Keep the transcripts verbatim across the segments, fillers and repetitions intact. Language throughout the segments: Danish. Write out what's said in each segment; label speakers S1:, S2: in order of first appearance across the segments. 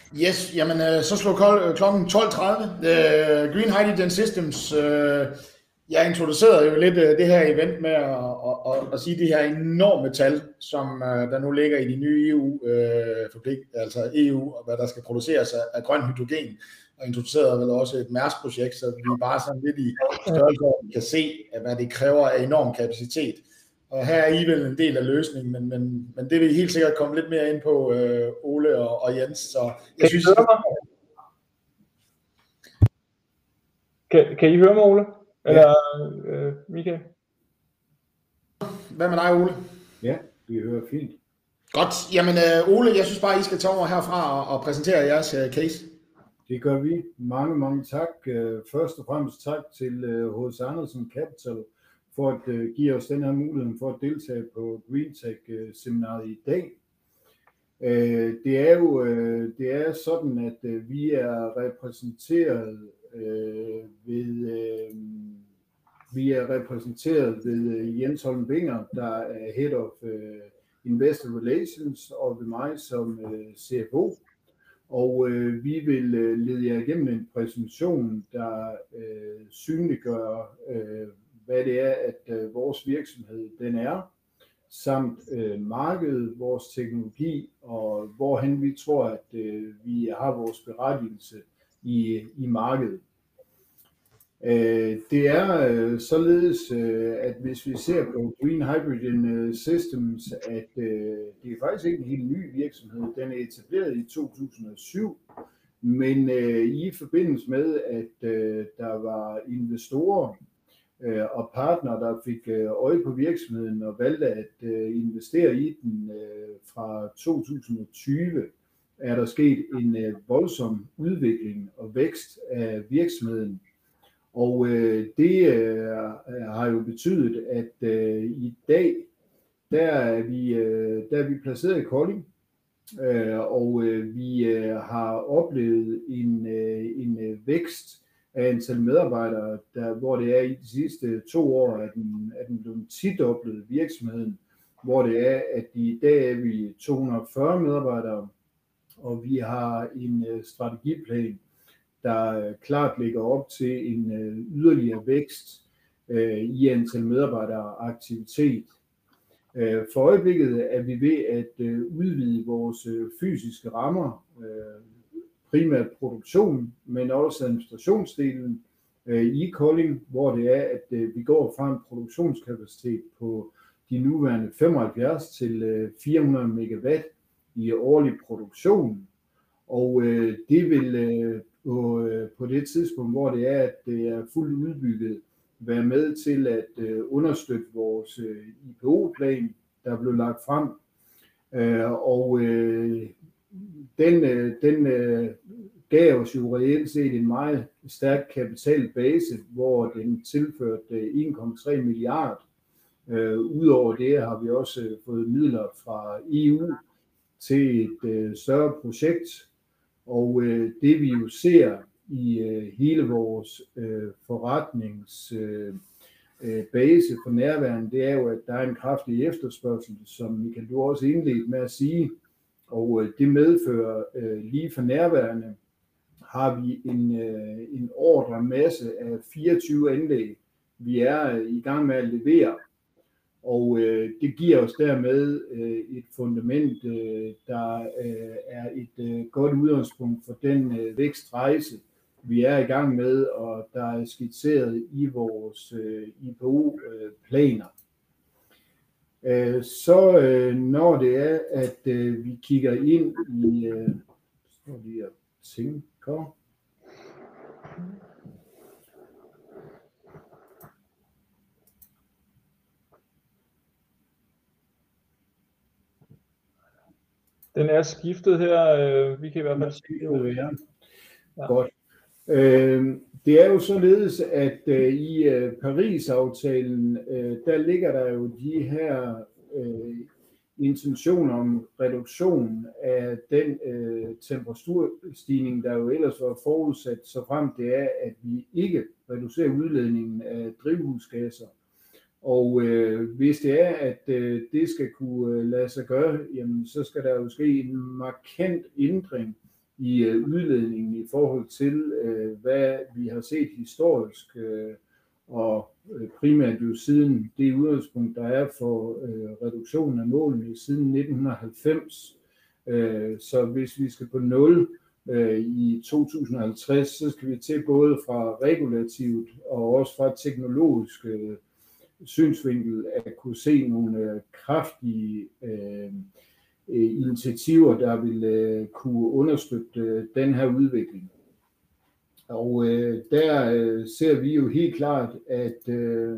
S1: Yes, jamen øh, så slår kol- klokken tolv tredive. Øh, Green Hydrogen Systems, øh, jeg introducerede jo lidt øh, det her event med at, at, at, at sige de her enorme tal, som øh, der nu ligger i de nye E U øh, forpligt, altså E U, og hvad der skal produceres af, af grøn hydrogen, og introducerede vel også et Mærsk-projekt, så vi bare sådan lidt i størrelse kan se, at hvad det kræver af enorm kapacitet. Og her er I vel en del af løsningen, men, men, men det vil I helt sikkert komme lidt mere ind på, øh, Ole og, og Jens. Så jeg
S2: kan
S1: synes,
S2: I høre mig? Kan, kan I høre mig, Ole? Eller ja. øh, Michael?
S1: Hvad med dig, Ole?
S3: Ja, vi hører fint.
S1: Godt. Jamen, øh, Ole, jeg synes bare, I skal tage over herfra og, og præsentere jeres øh, case.
S3: Det gør vi. Mange, mange tak. Først og fremmest tak til H C Andersen Capital for at give os den her mulighed for at deltage på GreenTech-seminaret i dag. Det er jo det er sådan, at vi er repræsenteret ved vi er repræsenteret ved Jens Holm Winger, der er Head of Investor Relations, og ved mig som C F O. Og øh, vi vil øh, lede jer igennem en præsentation, der øh, synliggør, øh, hvad det er, at øh, vores virksomhed den er, samt øh, markedet, vores teknologi, og hvorhen vi tror, at øh, vi har vores berettigelse i, i markedet. Øh, det er øh, således, øh, at hvis vi ser på Green Hydrogen Systems, at øh, det er faktisk ikke en helt ny virksomhed. Den er etableret i to tusind og syv, men øh, i forbindelse med, at øh, der var investorer øh, og partnere, der fik øh, øje på virksomheden og valgte at øh, investere i den øh, fra to tusind og tyve, er der sket en øh, voldsom udvikling og vækst af virksomheden. Og øh, det øh, har jo betydet, at øh, i dag, der er vi, øh, der er vi placeret i Kolding, øh, og øh, vi øh, har oplevet en, øh, en øh, vækst af antal medarbejdere, der, hvor det er i de sidste to år, at den, at den blevet tidoblet virksomheden, hvor det er, at i dag er vi to hundrede og fyrre medarbejdere, og vi har en øh, strategiplan, der klart ligger op til en øh, yderligere vækst øh, i antal medarbejdere og aktivitet. Øh, for øjeblikket er vi ved at øh, udvide vores øh, fysiske rammer, øh, primært produktion, men også administrationsdelen øh, i Kolding, hvor det er, at øh, vi går fra en produktionskapacitet på de nuværende femoghalvfjerds til øh, fire hundrede megawatt i årlig produktion. Og øh, det vil øh, på, øh, på det tidspunkt, hvor det er, at det er fuldt udbygget, være med til at øh, understøtte vores øh, I P O-plan, der blev lagt frem. Øh, og øh, den, øh, den øh, gav os jo reelt set en meget stærk kapitalbase, hvor den tilførte øh, en komma tre milliarder. Øh, Udover det har vi også øh, fået midler fra E U til et øh, større projekt. Og øh, det vi jo ser i øh, hele vores øh, forretningsbase øh, for nærværende, det er jo, at der er en kraftig efterspørgsel, som Michael du også indledt med at sige. Og øh, det medfører øh, lige for nærværende, har vi en, øh, en ordre masse af fireogtyve anlæg, vi er øh, i gang med at levere. Og øh, det giver os dermed øh, et fundament, øh, der øh, er et øh, godt udgangspunkt for den øh, vækstrejse, vi er i gang med, og der er skitseret i vores øh, I P O-planer. Øh, så øh, når det er, at øh, vi kigger ind i, øh, så lige at tænker.
S2: Den er skiftet her, vi kan i hvert fald
S3: skiftet. Ja. Ja. Godt. Øh, det er jo således, at øh, i øh, Paris-aftalen, øh, der ligger der jo de her øh, intentioner om reduktion af den øh, temperaturstigning, der jo ellers var forudsat, så frem det er, at vi ikke reducerer udledningen af drivhusgasser. Og øh, hvis det er, at øh, det skal kunne øh, lade sig gøre, jamen, så skal der jo ske en markant ændring i øh, udledningen i forhold til, øh, hvad vi har set historisk, øh, og øh, primært jo siden det udgangspunkt, der er for øh, reduktionen af målene siden nitten halvfems. Øh, så hvis vi skal på nul øh, i to tusind og halvtreds, så skal vi til både fra regulativt og også fra teknologisk øh, synsvinkel at kunne se nogle øh, kraftige øh, initiativer, der vil øh, kunne understøtte øh, den her udvikling. Og øh, der øh, ser vi jo helt klart, at øh,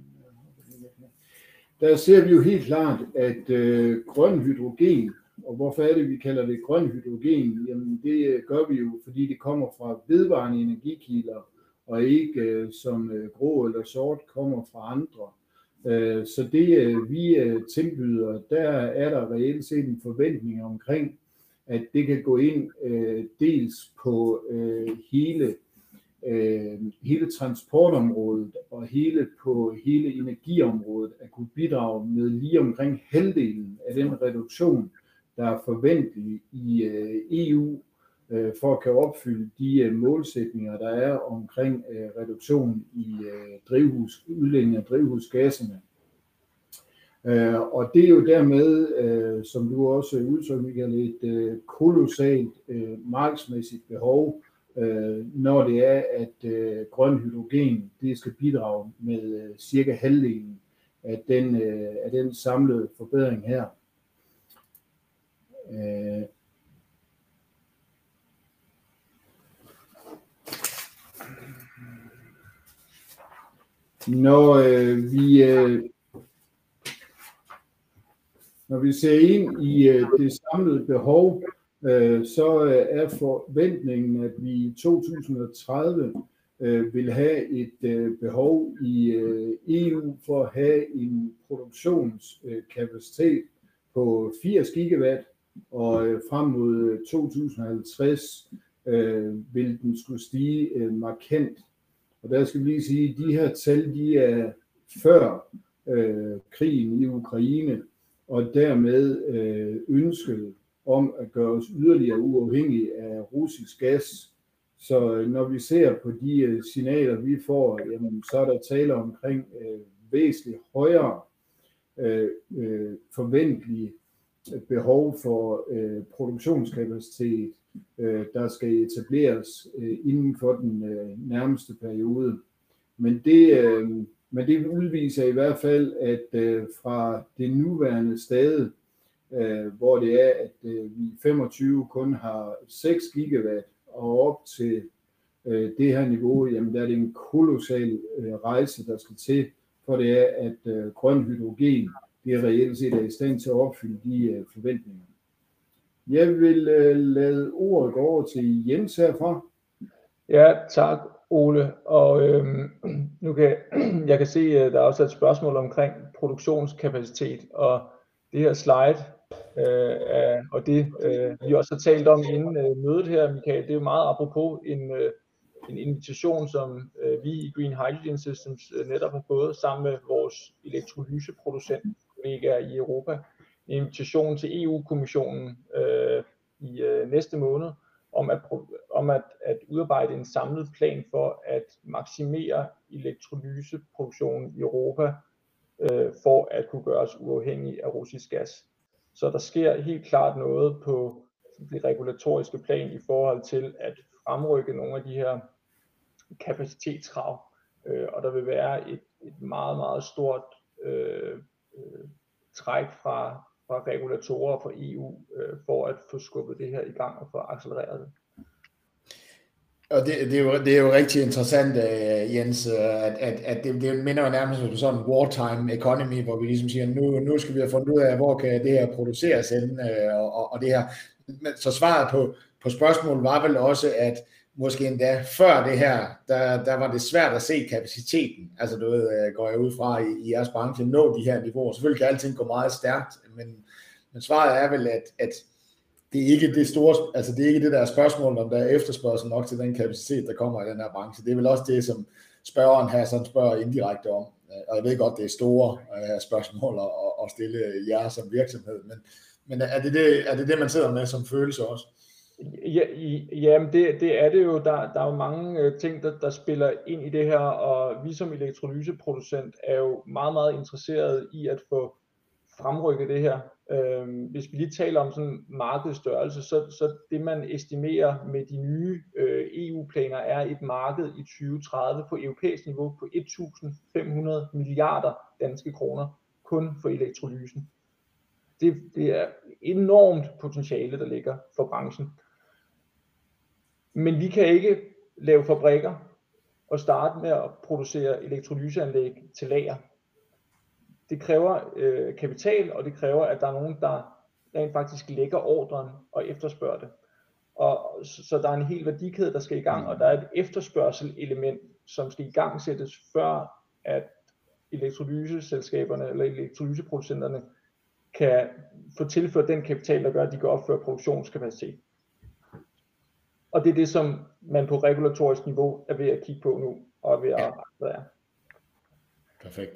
S3: der ser vi jo helt klart, at øh, grøn hydrogen, og hvorfor er det, vi kalder det grøn hydrogen? Jamen det gør vi jo, fordi det kommer fra vedvarende energikilder, og ikke øh, som øh, grå eller sort kommer fra andre. Øh, så det øh, vi øh, tilbyder, der er der reelt set en forventning omkring, at det kan gå ind øh, dels på øh, hele, øh, hele transportområdet og hele på hele energiområdet, at kunne bidrage med lige omkring halvdelen af den reduktion, der er forventelig i øh, E U, øh, for at kan opfylde de øh, målsætninger, der er omkring øh, reduktion i øh, drivhus, udledning af drivhusgasserne. Øh, og det er jo dermed, øh, som du også udtrykker, Michael, et øh, kolossalt øh, markedsmæssigt behov, øh, når det er, at øh, grøn hydrogen det skal bidrage med øh, cirka halvdelen af den, øh, af den samlede forbedring her. Øh, når øh, vi øh, når vi ser ind i øh, det samlede behov, øh, så øh, er forventningen, at vi i to tusind og tredive øh, vil have et øh, behov i øh, E U for at have en produktionskapacitet øh, på firs gigawatt, og øh, frem mod to tusind og halvtreds øh, vil den skulle stige øh, markant. Og der skal vi lige sige, at de her tal de er før øh, krigen i Ukraine, og dermed øh, ønsket om at gøre os yderligere uafhængige af russisk gas. Så øh, når vi ser på de øh, signaler, vi får, jamen, så er der tale omkring øh, væsentligt højere øh, øh, forventelige behov for øh, produktionskapacitet, øh, der skal etableres øh, inden for den øh, nærmeste periode. Men det, øh, men det udviser i hvert fald, at øh, fra det nuværende stade, øh, hvor det er, at øh, vi i femogtyve kun har seks gigawatt, og op til øh, det her niveau, jamen der er det en kolossal øh, rejse, der skal til, for det er, at øh, grøn hydrogen det er reelt set er i stand til at opfylde de øh, forventninger. Jeg vil øh, lade ordet gå over til Jens herfra.
S2: Ja, tak Ole. Og øhm, nu kan jeg kan se, at der er også et spørgsmål omkring produktionskapacitet, og det her slide, øh, er, og det øh, vi også har talt om inden øh, mødet her, Michael, det er jo meget apropos en, øh, en invitation, som øh, vi i Green Hydrogen Systems øh, netop har fået sammen med vores elektrolyseproducent kollegaer i Europa. En invitation til E U-kommissionen øh, i øh, næste måned om, at, om at, at udarbejde en samlet plan for at maksimere elektrolyseproduktionen i Europa øh, for at kunne gøre os uafhængige af russisk gas. Så der sker helt klart noget på det regulatoriske plan i forhold til at fremrykke nogle af de her kapacitetskrav, øh, og der vil være et, et meget, meget stort øh, øh, træk fra, fra regulatorer fra E U øh, for at få skubbet det her i gang og få accelereret det.
S1: Og det, det, er jo, det er jo rigtig interessant, uh, Jens, at, at, at det, det minder jo nærmest om sådan en wartime economy, hvor vi ligesom siger, nu, nu skal vi have fundet ud af, hvor kan det her produceres henne, uh, og, og det her. Så svaret på, på spørgsmålet var vel også, at måske endda før det her, der, der var det svært at se kapaciteten. Altså du ved, går jeg ud fra i, i jeres branche, nå de her niveauer. Selvfølgelig kan alting gå meget stærkt, men, men svaret er vel, at, at det er ikke det store, altså det er ikke det der spørgsmål, om der er efterspørgsel nok til den kapacitet, der kommer i den her branche. Det er vel også det, som spørgeren her sådan spørger indirekte om. Og jeg ved godt, det er store uh, spørgsmål at, at stille jer som virksomhed, men, men er, det det, er det det, man sidder med som følelse også?
S2: Ja, i, jamen det, det er det jo. Der, der er jo mange øh, ting, der, der spiller ind i det her, og vi som elektrolyseproducent er jo meget, meget interesseret i at få fremrykket det her. Øh, hvis vi lige taler om sådan markedsstørrelse, så, så det man estimerer med de nye øh, E U-planer er et marked i tyve tredive på europæisk niveau på et tusind fem hundrede milliarder danske kroner kun for elektrolysen. Det, det er enormt potentiale, der ligger for branchen. Men vi kan ikke lave fabrikker og starte med at producere elektrolyseanlæg til lager. Det kræver øh, kapital, og det kræver, at der er nogen, der rent faktisk lægger ordren og efterspørger det. Og, så, så der er en hel værdikæde, der skal i gang, og der er et efterspørgsel-element, som skal i gang sættes, før at elektrolyseselskaberne eller elektrolyseproducenterne kan få tilført den kapital, der gør, at de kan opføre produktionskapacitet. Og det er det, som man på regulatorisk niveau er ved at kigge på nu, og er ved at accelerere.
S1: Perfekt.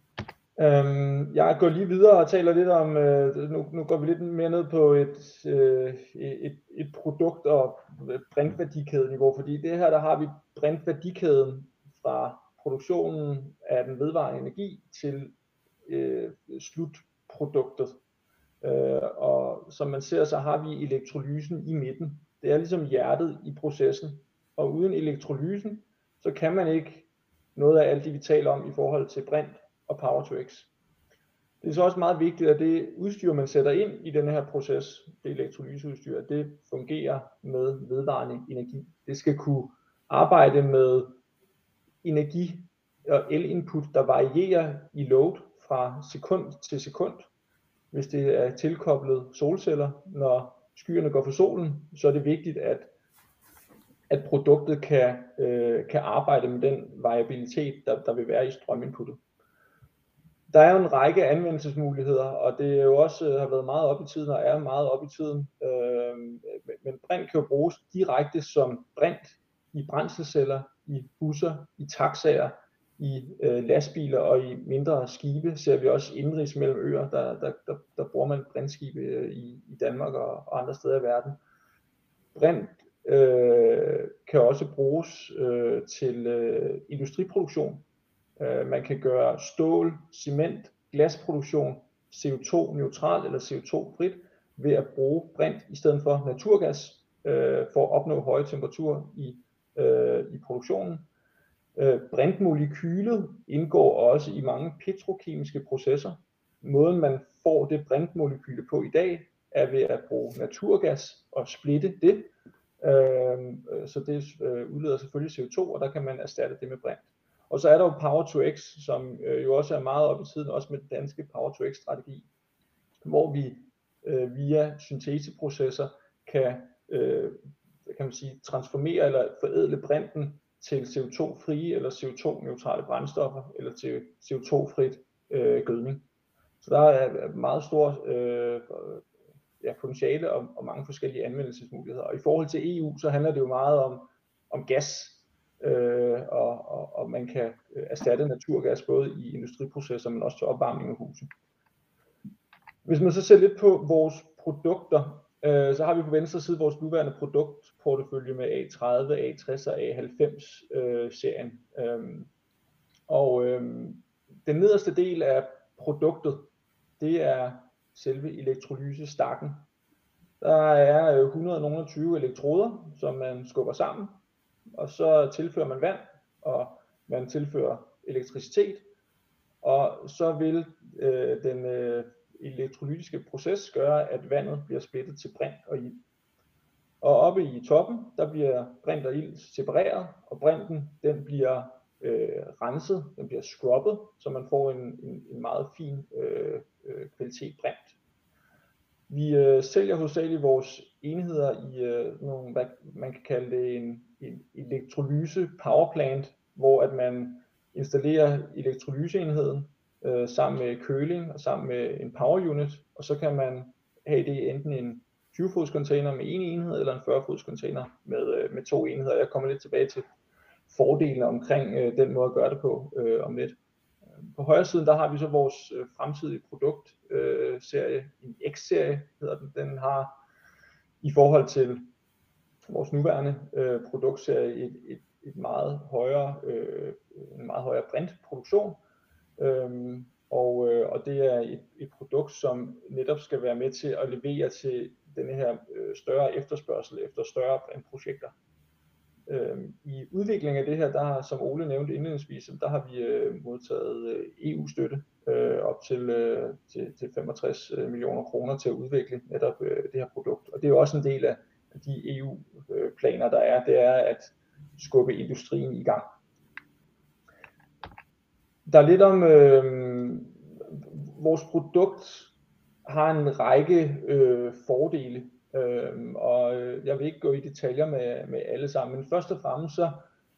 S2: Øhm, jeg går lige videre og taler lidt om, øh, nu, nu går vi lidt mere ned på et, øh, et, et produkt- og brintværdikædeniveau, fordi det her, der har vi brintværdikæden fra produktionen af den vedvarende energi til øh, slutproduktet. Øh, og som man ser, så har vi elektrolysen i midten. Det er ligesom hjertet i processen, og uden elektrolysen, så kan man ikke noget af alt det, vi taler om i forhold til brint og Power to X. Det er så også meget vigtigt, at det udstyr, man sætter ind i den her proces, det elektrolyseudstyr, det fungerer med vedvarende energi. Det skal kunne arbejde med energi og el-input, der varierer i load fra sekund til sekund. Hvis det er tilkoblet solceller, når skyerne går for solen, så er det vigtigt, at, at produktet kan, øh, kan arbejde med den variabilitet, der, der vil være i strøminputtet. Der er jo en række anvendelsesmuligheder, og det er jo også øh, har været meget op i tiden og er meget op i tiden. Øh, men brint kan jo bruges direkte som brint i brændselsceller, i busser, i taxaer, i øh, lastbiler og i mindre skibe. Ser vi også indrigs mellem øer, der, der, der, der bruger man brintskibe øh, i, i Danmark og, og andre steder i verden. Brint øh, kan også bruges øh, til øh, industriproduktion. Uh, man kan gøre stål, cement, glasproduktion C O to neutral eller C O to frit ved at bruge brint i stedet for naturgas uh, for at opnå høje temperaturer i, uh, i produktionen. Uh, brintmolekylet indgår også i mange petrokemiske processer. Måden man får det brintmolekyle på i dag er ved at bruge naturgas og splitte det. Uh, så det uh, udleder selvfølgelig C O to, og der kan man erstatte det med brint. Og så er der jo Power to X, som øh, jo også er meget op i tiden, også med den danske Power to X-strategi, hvor vi øh, via synteseprocesser kan, øh, kan man sige, transformere eller forædle brinten til C O to frie eller C O to neutrale brændstoffer, eller til C O to frit øh, gødning. Så der er meget stor øh, ja, potentiale og, og mange forskellige anvendelsesmuligheder. Og i forhold til E U, så handler det jo meget om, om gas. Øh, og, og, og man kan erstatte naturgas både i industriprocesser, men også til opvarmning af huse. Hvis man så ser lidt på vores produkter, øh, så har vi på venstre side vores nuværende produktportefølje med A tredive, A tres og A halvfems øh, serien. Øh, og øh, den nederste del af produktet, det er selve elektrolysestakken. Der er et hundrede og tyve elektroder, som man skubber sammen. Og så tilfører man vand, og man tilfører elektricitet, og så vil øh, den øh, elektrolytiske proces gøre, at vandet bliver splittet til brint og ilt. Og oppe i toppen, der bliver brint og ilt separeret, og brinten den bliver øh, renset, den bliver scrubbet, så man får en, en, en meget fin øh, øh, kvalitet brint. Vi øh, sælger hovedsageligt vores enheder i øh, nogle, hvad man kan kalde det en, en elektrolyse powerplant, hvor at man installerer elektrolyseenheden øh, sammen med køling og sammen med en power unit, og så kan man have det enten en tyve fods container med en enhed eller en fyrre fods container med, øh, med to enheder. Jeg kommer lidt tilbage til fordelene omkring øh, den måde at gøre det på øh, om lidt. På højre siden, der har vi så vores øh, fremtidige produktserie, øh, en X-serie hedder den. Den har i forhold til vores nuværende øh, produktserie et, et, et meget højere, øh, en meget højere brintproduktion, øhm, og, øh, og det er et, et produkt, som netop skal være med til at levere til denne her øh, større efterspørgsel efter større brintprojekter. Øhm, I udviklingen af det her, der har, som Ole nævnte indledningsvis, der har vi øh, modtaget øh, E U-støtte øh, op til, øh, til, til femogtres millioner kroner til at udvikle netop øh, det her produkt. Og det er jo også en del af de E U-planer, der er, det er at skubbe industrien i gang. Der er lidt om, øh, vores produkt har en række øh, fordele, øh, og jeg vil ikke gå i detaljer med, med alle sammen, men først og fremmest så,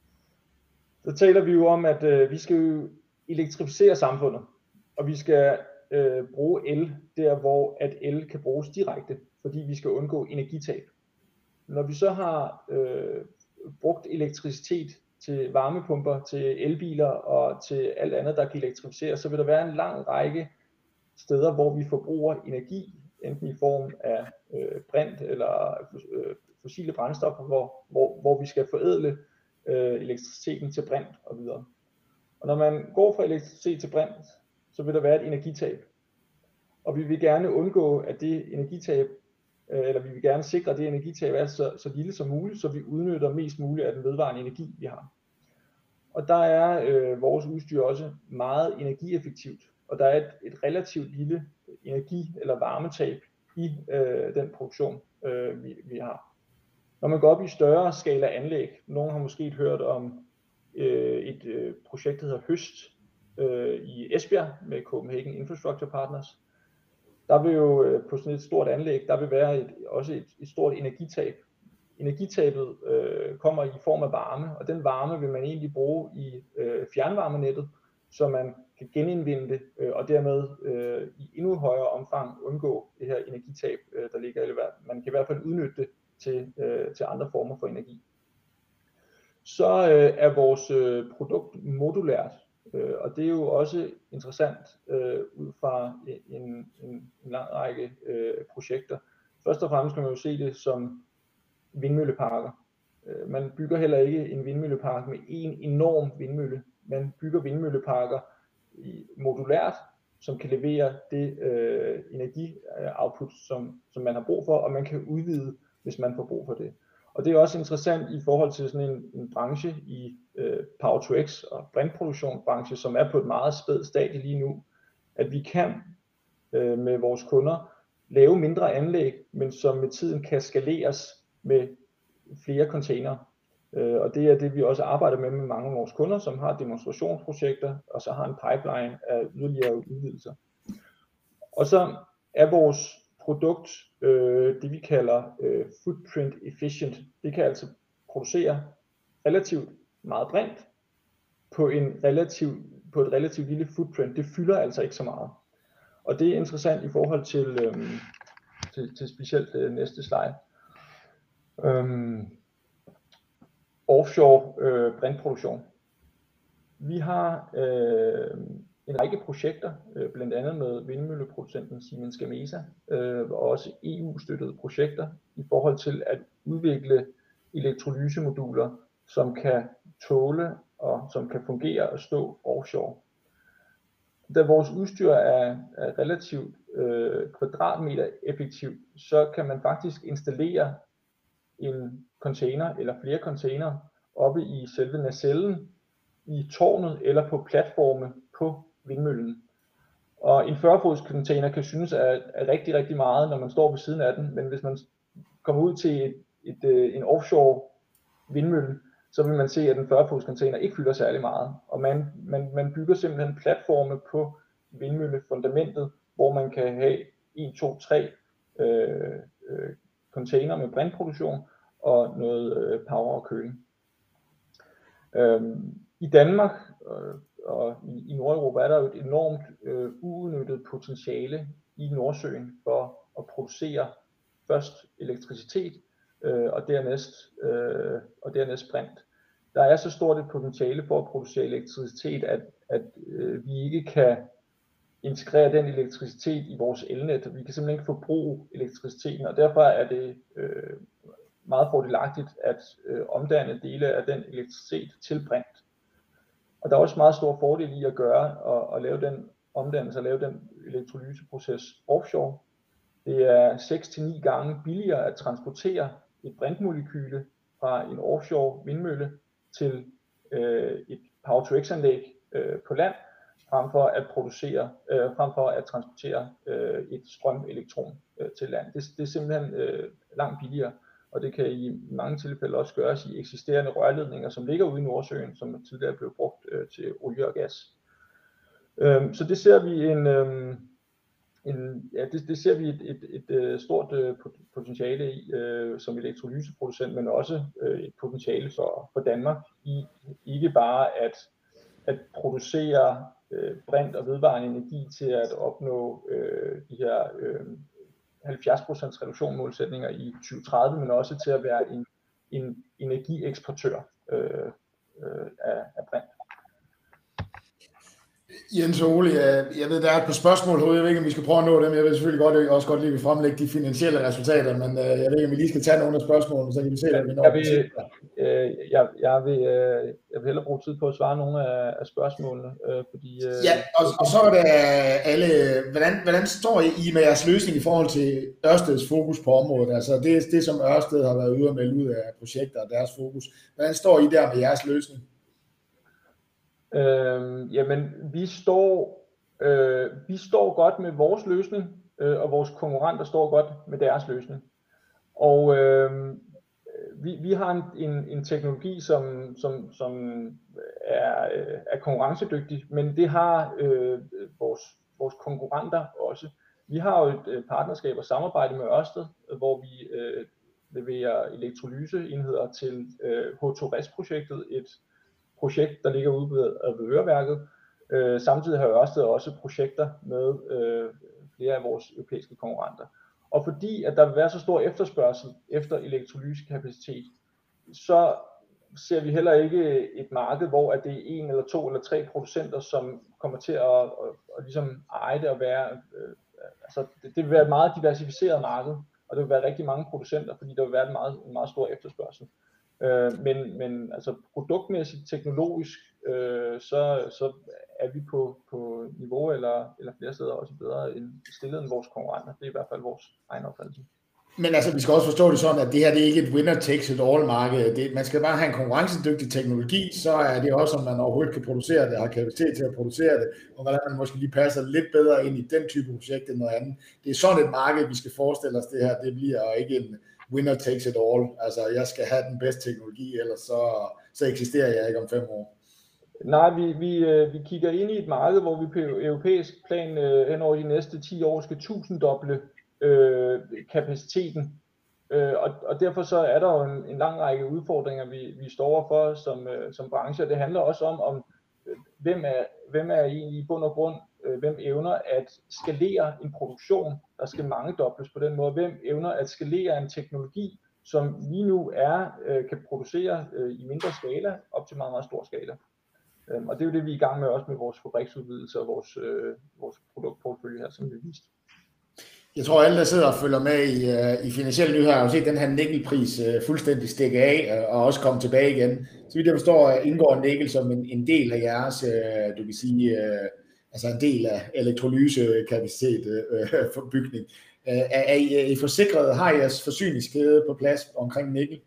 S2: så taler vi jo om, at øh, vi skal jo elektrificere samfundet, og vi skal øh, bruge el der, hvor at el kan bruges direkte, fordi vi skal undgå energitab. Når vi så har øh, brugt elektricitet til varmepumper, til elbiler og til alt andet, der kan elektrificeres, så vil der være en lang række steder, hvor vi forbruger energi, enten i form af øh, brint eller øh, fossile brændstoffer, hvor, hvor, hvor vi skal forædle øh, elektriciteten til brint og videre. Og når man går fra elektricitet til brint, så vil der være et energitab. Og vi vil gerne undgå, at det energitab, øh, eller vi vil gerne sikre, at det energitab er så, så lille som muligt, så vi udnytter mest muligt af den vedvarende energi, vi har. Og der er øh, vores udstyr også meget energieffektivt, og der er et, et relativt lille energi- eller varmetab i øh, den produktion, øh, vi, vi har. Når man går op i større skala anlæg, nogen har måske hørt om øh, et øh, projekt, der hedder Høst øh, i Esbjerg med Copenhagen Infrastructure Partners. Der vil jo øh, på sådan et stort anlæg, der vil være et, også et, et stort energitab. Energitabet øh, kommer i form af varme, og den varme vil man egentlig bruge i øh, fjernvarmenettet, så man kan genindvinde det, øh, og dermed øh, i endnu højere omfang undgå det her energitab, øh, der ligger i verden. Man kan i hvert fald udnytte det til, øh, til andre former for energi. Så øh, er vores øh, produkt modulært, øh, og det er jo også interessant øh, ud fra en, en, en lang række øh, projekter. Først og fremmest kan man jo se det som vindmølleparker. Øh, man bygger heller ikke en vindmøllepark med en enorm vindmølle. Man bygger vindmølleparker i modulært, som kan levere det øh, energi-output, som, som man har brug for, og man kan udvide, hvis man får brug for det. Og det er også interessant i forhold til sådan en, en branche i øh, Power to X og brintproduktionsbranche, som er på et meget spædt stadie lige nu, at vi kan øh, med vores kunder lave mindre anlæg, men som med tiden kan skaleres med flere containere. Øh, og det er det, vi også arbejder med med mange af vores kunder, som har demonstrationsprojekter, og så har en pipeline af yderligere udvidelser. Og så er vores produkt øh, det, vi kalder øh, footprint efficient. Det kan altså producere relativt meget brint på, en relativ, på et relativt lille footprint. Det fylder altså ikke så meget. Og det er interessant i forhold til, øh, til, til specielt øh, næste slide. Øhm, offshore øh, brintproduktion. Vi har øh, en række projekter, øh, blandt andet med vindmølleproducenten Siemens Gamesa, øh, og også E U-støttede projekter i forhold til at udvikle elektrolysemoduler, som kan tåle og som kan fungere og stå offshore. Da vores udstyr er, er relativt øh, kvadratmeter effektivt, så kan man faktisk installere en container eller flere container oppe i selve nacellen, i tårnet eller på platforme på vindmøllen. Og en fyrre fods container kan synes er, er rigtig, rigtig meget, når man står ved siden af den, men hvis man kommer ud til et, et, en offshore vindmølle, så vil man se, at en fyrre fods container ikke fylder særlig meget. Og man, man, man bygger simpelthen platforme på vindmøllefundamentet, hvor man kan have en, to, tre øh, øh, container med brintproduktion og noget øh, power og køling. Øhm, I Danmark øh, og i, i Nordeuropa er der jo et enormt øh, uudnyttet potentiale i Nordsøen for at producere først elektricitet øh, og dernæst øh, og dernæst brint. Der er så stort et potentiale for at producere elektricitet, at, at øh, vi ikke kan integrere den elektricitet i vores elnet. Vi kan simpelthen ikke forbruge elektriciteten, og derfor er det øh, meget fordelagtigt at øh, omdanne dele af den elektricitet til brint. Og der er også meget stor fordel i at gøre og, og lave den omdannelse og lave den elektrolyseproces offshore. Det er seks til ni gange billigere at transportere et brintmolekyle fra en offshore vindmølle til øh, et power-to-x-anlæg øh, på land, frem for at producere, øh, frem for at transportere øh, et strømelektron øh, til land. Det, det er simpelthen øh, langt billigere, og det kan i mange tilfælde også gøres i eksisterende rørledninger, som ligger ude i Nordsøen, som tidligere blev brugt øh, til olie og gas. Øh, så det ser vi en, øh, en ja, det, det ser vi et, et, et, et stort øh, potentiale i øh, som elektrolyseproducent, men også øh, et potentiale for, for Danmark i ikke bare at at producere øh, brint og vedvarende energi til at opnå øh, de her øh, halvfjerds procent reduktion målsætninger i tyve tredive, men også til at være en, en energieksportør øh, øh, af, af brint.
S1: Jens og Ole, jeg ved, der er et par spørgsmål, jeg ved ikke, om vi skal prøve at nå dem. Jeg vil selvfølgelig godt, også godt lige vil fremlægge de finansielle resultater, men jeg ved ikke, om vi lige skal tage nogle af spørgsmålene, så kan vi se, at vi når
S2: jeg vil, øh, jeg, jeg, vil, øh, jeg vil hellere bruge tid på at svare nogle af, af spørgsmålene, øh, fordi... Øh,
S1: ja, og, og så er det alle... Hvordan, hvordan står I med jeres løsning i forhold til Ørsteds fokus på området? Altså det, det som Ørsted har været ude og melde ud af projekter og deres fokus. Hvordan står I der med jeres løsning?
S2: Øh, jamen, vi står, øh, vi står godt med vores løsning, øh, og vores konkurrenter står godt med deres løsning. Og øh, vi, vi har en, en, en teknologi, som, som, som er, er konkurrencedygtig, men det har øh, vores, vores konkurrenter også. Vi har jo et partnerskab og samarbejde med Ørsted, hvor vi øh, leverer elektrolyseenheder til øh, H to R E S-projektet, et projekt, der ligger ude ved Øreværket. Øh, samtidig har Ørsted også projekter med øh, flere af vores europæiske konkurrenter. Og fordi at der vil være så stor efterspørgsel efter elektrolysekapacitet, så ser vi heller ikke et marked, hvor at det er en eller to eller tre producenter, som kommer til at, at, at, at ligesom eje det og være... Øh, altså det, det vil være et meget diversificeret marked, og det vil være rigtig mange producenter, fordi der vil være en meget, en meget stor efterspørgsel. Øh, men, men altså produktmæssigt, teknologisk, øh, så, så er vi på, på niveau eller, eller flere steder også bedre end stillet end vores konkurrenter. Det er i hvert fald vores egen opfattelse.
S1: Men altså, vi skal også forstå det sådan, at det her det er ikke et winner takes it all marked. Det, man skal bare have en konkurrencedygtig teknologi, så er det også, om man overhovedet kan producere det, har kapacitet til at producere det, og hvordan man måske lige passer lidt bedre ind i den type projekt end noget andet. Det er sådan et marked, vi skal forestille os det her. Det bliver ikke en winner takes it all. Altså, jeg skal have den bedste teknologi, ellers så, så eksisterer jeg ikke om fem år.
S2: Nej, vi, vi, vi kigger ind i et marked, hvor vi på europæisk plan hen over de næste ti år skal tusinddoble øh, kapaciteten. Øh, og, og derfor så er der jo en, en lang række udfordringer, vi, vi står overfor som, øh, som branche. Det handler også om, om hvem, er, hvem er egentlig i bund og grund, øh, hvem evner at skalere en produktion, der skal mangedobles på den måde. Hvem evner at skalere en teknologi, som lige nu er, øh, kan producere øh, i mindre skala, op til meget, meget stor skala. Øh, og det er jo det, vi er i gang med også med vores fabriksudvidelse og vores, øh, vores produktportfølje her, som vi viste.
S1: Jeg tror, alle, der sidder og følger med i, uh, i finansielle nyheder, har jo set den her nikkelpris uh, fuldstændig stikke af uh, og også komme tilbage igen. Så vidt jeg forstår, indgår nikkel som en, en del af jeres, uh, du kan sige, uh, altså en del af elektrolysekapacitet uh, for bygning. Uh, er, er, I, er I forsikret? Har I jeres forsyningskæde på plads omkring nikkel?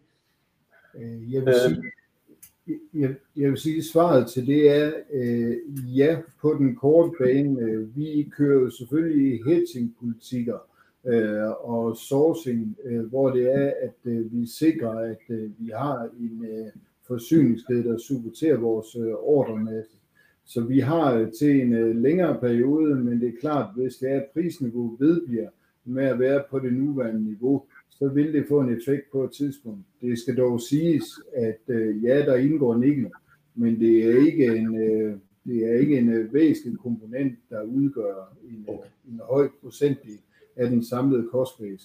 S3: Uh, jeg vil sige, Jeg, jeg vil sige, at svaret til det er øh, ja på den korte bane. Vi kører jo selvfølgelig hedging-politikker øh, og sourcing, øh, hvor det er, at øh, vi sikrer, at øh, vi har en øh, forsyningskæde, der supporterer vores øh, ordremasse. Så vi har øh, til en øh, længere periode, men det er klart, hvis det er, at prisniveauet vedbliver med at være på det nuværende niveau, så vil det få en effekt på et tidspunkt. Det skal dog siges, at øh, ja, der indgår nikkel, men det er ikke en, øh, det er ikke en øh, væsentlig komponent, der udgør en, øh, en høj procentdel af den samlede kostbase.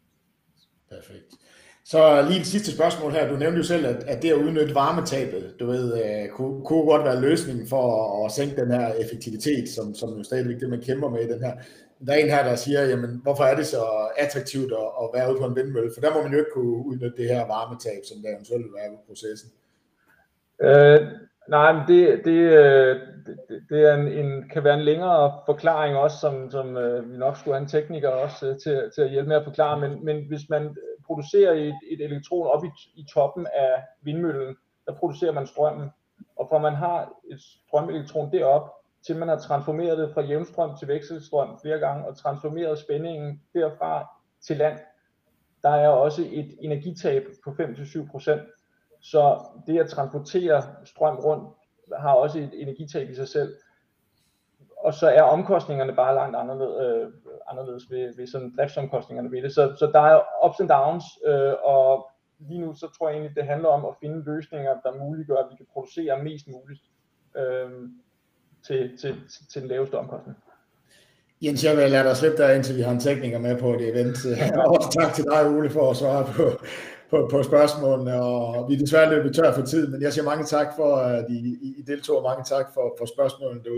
S1: Perfekt. Så lige det sidste spørgsmål her. Du nævnte jo selv, at, at det at udnytte varmetabet, du ved, øh, kunne, kunne godt være løsningen for at, at sænke den her effektivitet, som, som jo stadigvæk det, man kæmper med i den her Der er en her, der siger, jamen, hvorfor er det så attraktivt at, at være ude på en vindmølle? For der må man jo ikke kunne udnytte det her varmetab, som der eventuelt vil være i processen.
S2: Øh, nej, men det, det, det, det er en, en, kan være en længere forklaring også, som, som øh, vi nok skulle have en tekniker også øh, til, til at hjælpe med at forklare. Men, men hvis man producerer et, et elektron op i, i toppen af vindmøllen, der producerer man strømmen. Og fra man har et strømelektron derop, til man har transformeret det fra jævnstrøm til vekselstrøm flere gange, og transformeret spændingen derfra til land, der er også et energitab på fem til syv procent. Så det at transportere strøm rundt har også et energitab i sig selv. Og så er omkostningerne bare langt anderledes, øh, anderledes ved, ved sådan driftsomkostningerne ved det. Så, så der er ups and downs, øh, og lige nu så tror jeg egentlig, det handler om at finde løsninger, der muliggør, at vi kan producere mest muligt øh, til, til, til den laveste omkostning.
S1: Jens, jeg vil lade dig slippe dig, indtil vi har en tekniker med på det event. Og også tak til dig, Ole, for at svare på, på, på spørgsmålene. Og vi er desværre løbet tør for tid, men jeg siger mange tak for, at I, I deltog, og mange tak for, for spørgsmålene derude.